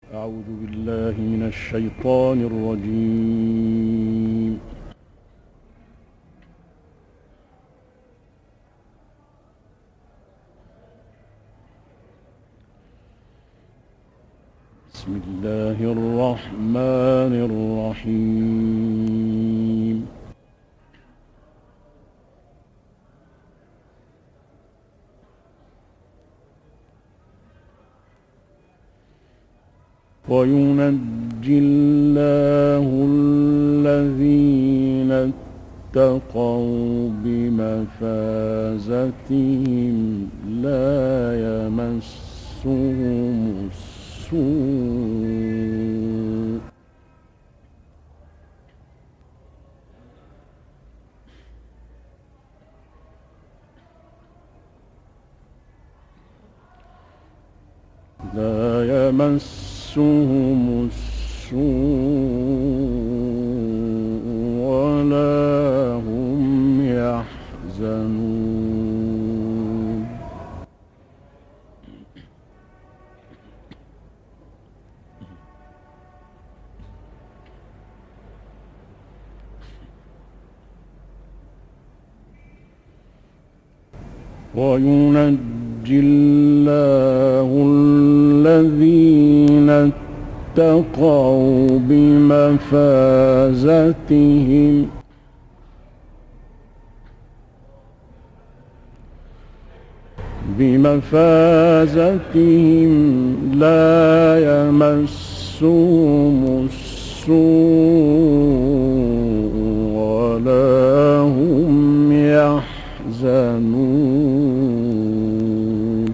أعوذ بالله من الشيطان الرجيم. بسم الله الرحمن الرحيم. وينجي الله الذين اتقوا بمفازتهم لا يمسهم السوء ولا هم يحزنون. وينجي الله الذين اتقوا بمفازتهم لا يمسهم السوء ولا هم يحزنون.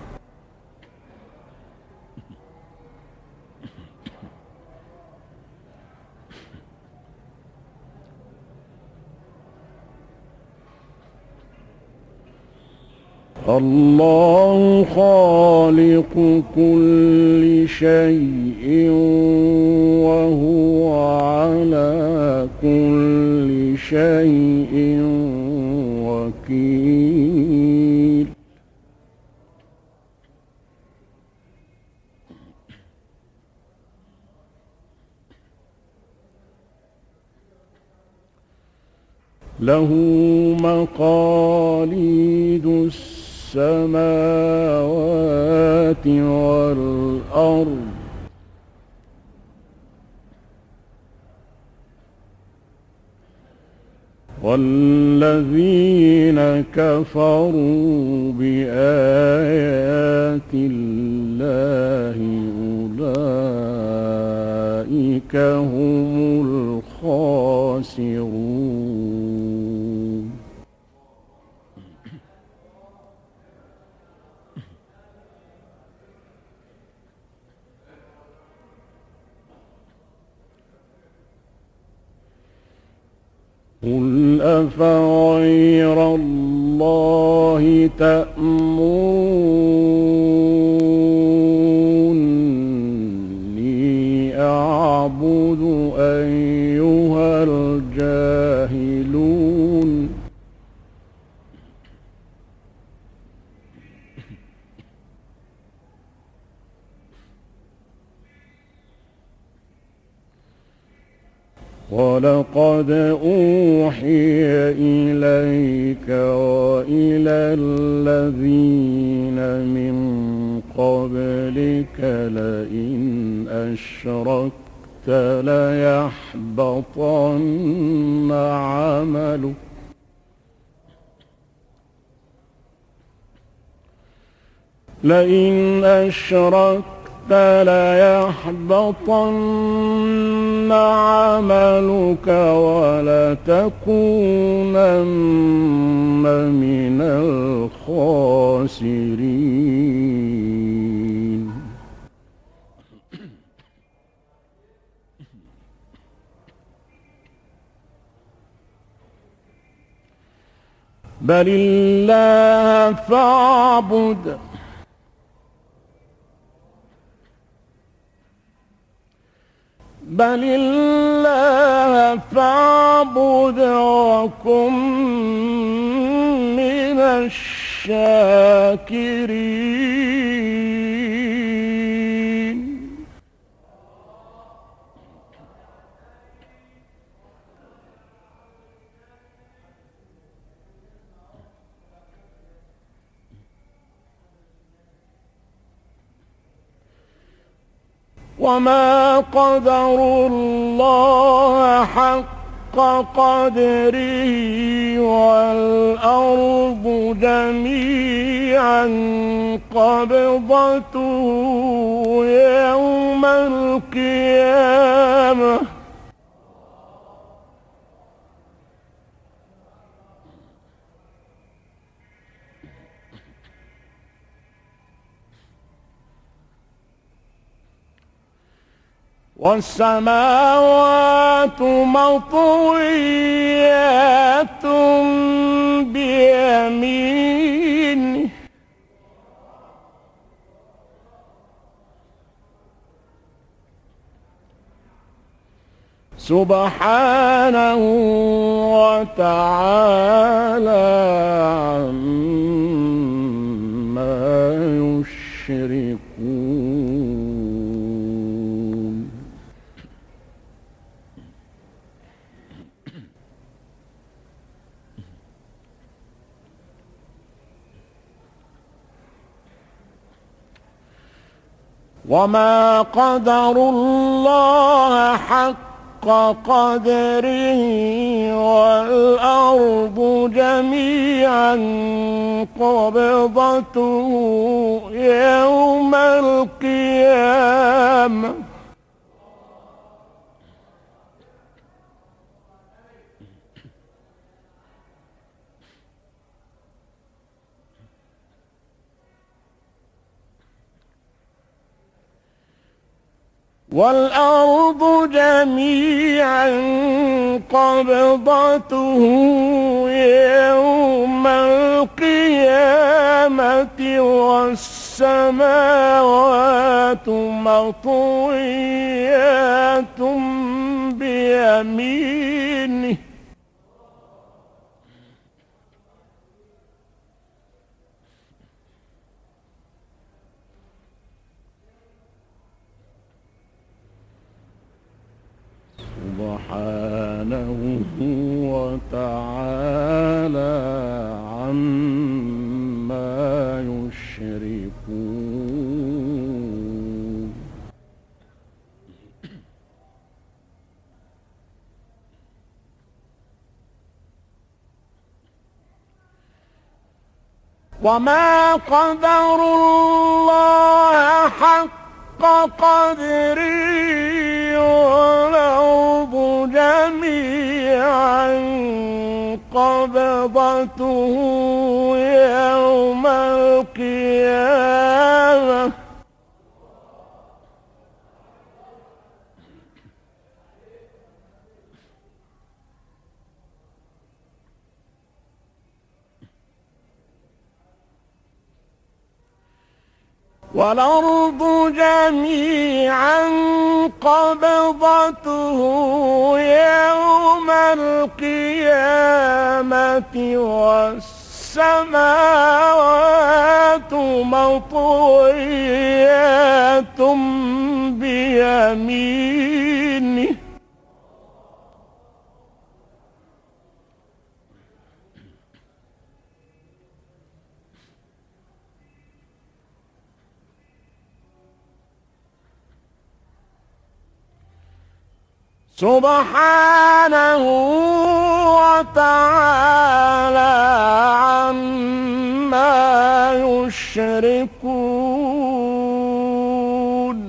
الله خالق كل شيء وهو على كل شيء وكيل. له مقاليد السماوات والأرض والذين كفروا بآيات الله أولئك هم الخاسرون. قل أفغير الله تأمروني أعبد أيها الجاهلون. ولقد أوحي إليك وإلى الذين من قبلك لئن أشركت ليحبطن عملك ليحبطن عملك ولتكونن من الخاسرين. بل الله فاعبد وكن من الشاكرين. وما قدروا الله حق قدره والأرض جميعا قبضته يوم القيامة والسماوات مطويات بيمينه سبحانه وتعالى عما يشركون. وما قدروا الله حق قدره والأرض جميعا قبضته يوم القيامة والأرض جميعا قبضته يوم القيامة والسماوات مطويات بيمينه سبحانه وتعالى عما يشركون. وما قدروا الله حق قدره والأرض جميعا قبضته يوم القيامة والأرض جميعا قبضته يوم القيامة والسماوات مطويات بيمينه سبحانه وتعالى عما يشركون.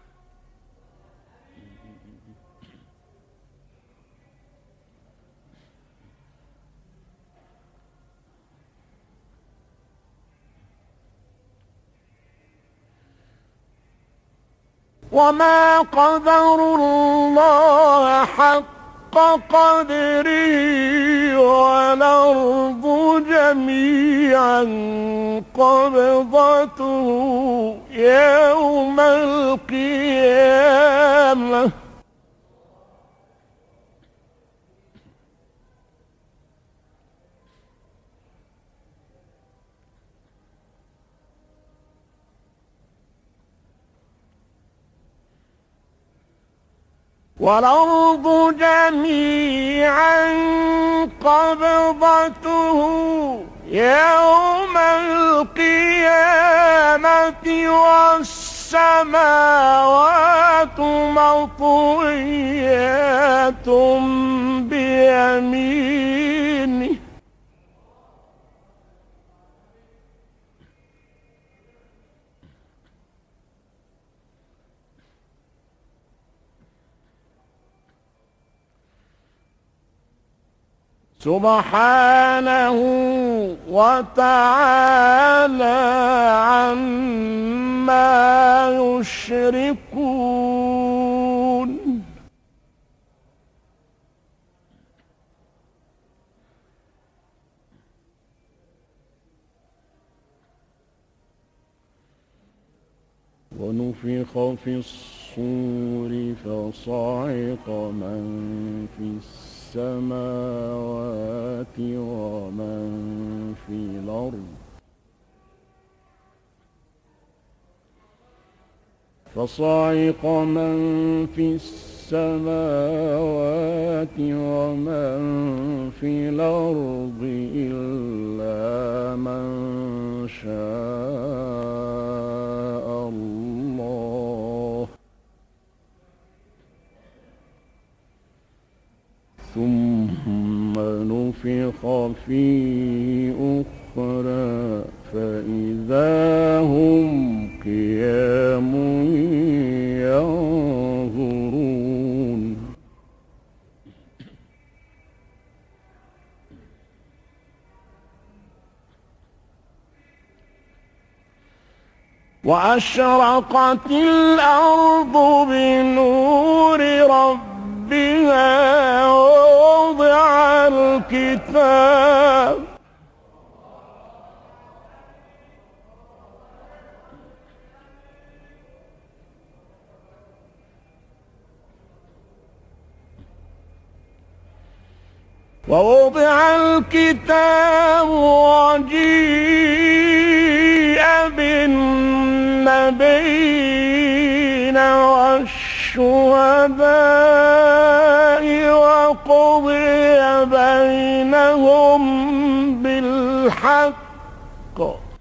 وما قدروا الله حق قدره والأرض جميعا قبضته يوم القيامة والأرض جميعا قبضته يوم القيامة والسماوات مطويات بيمينه سبحانه وتعالى عما يشركون ونفخ في الصور فصعق من في السماوات ومن في الأرض فصعق من في السماوات ومن في الأرض إلا من شاء الله ثم نفخ فيه أخرى فإذا هم قيام ينظرون وأشرقت الأرض بنور ربها ووضع الكتاب وجيء بالنبيين والشهداء وقضي بينهم بالحق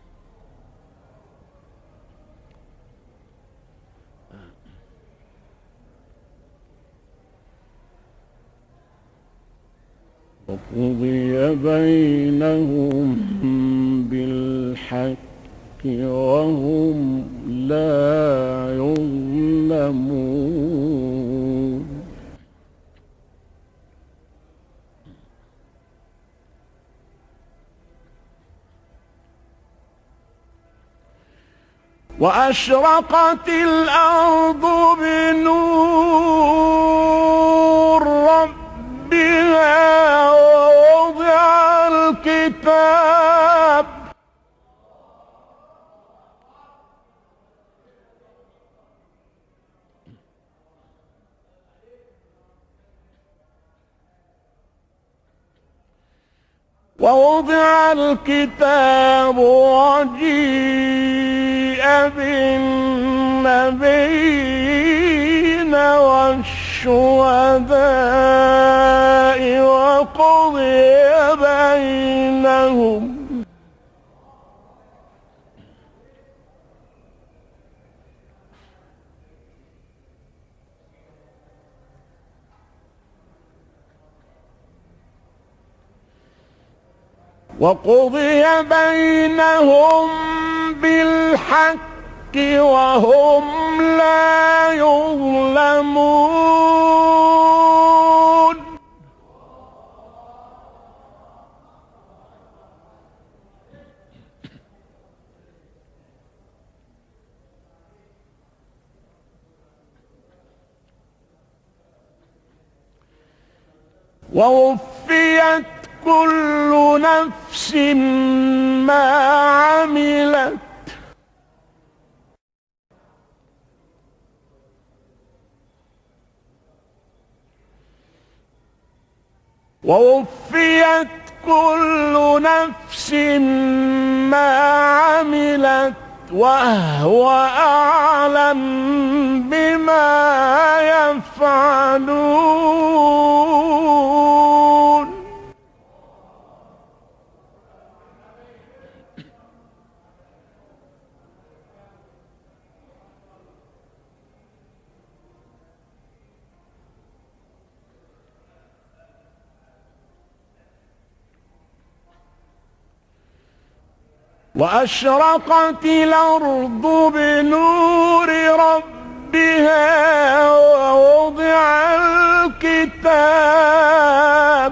وهم لا يظلمون وأشرقت الأرض بنور ربها ووضع الكتاب وجيء بالنبيين والشهداء وقضي بينهم بالحق وهم لا يظلمون ووفيت كل نفس ما عملت وهو أعلم بما يفعلون وأشرقت الأرض بنور ربها ووضع الكتاب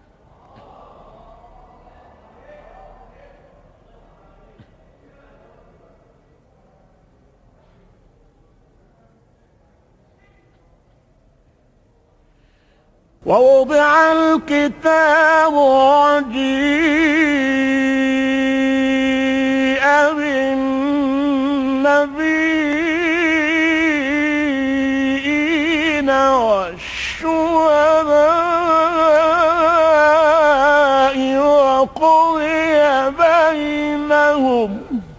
وجيء بالنبيين والشهداء وقضي بينهم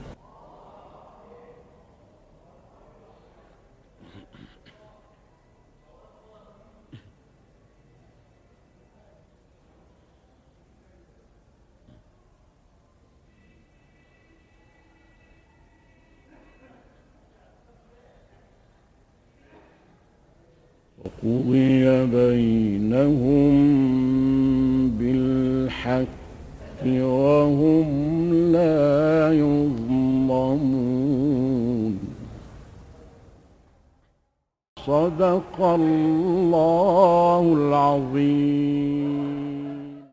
بالحق وهم لا يظلمون. صدق الله العظيم.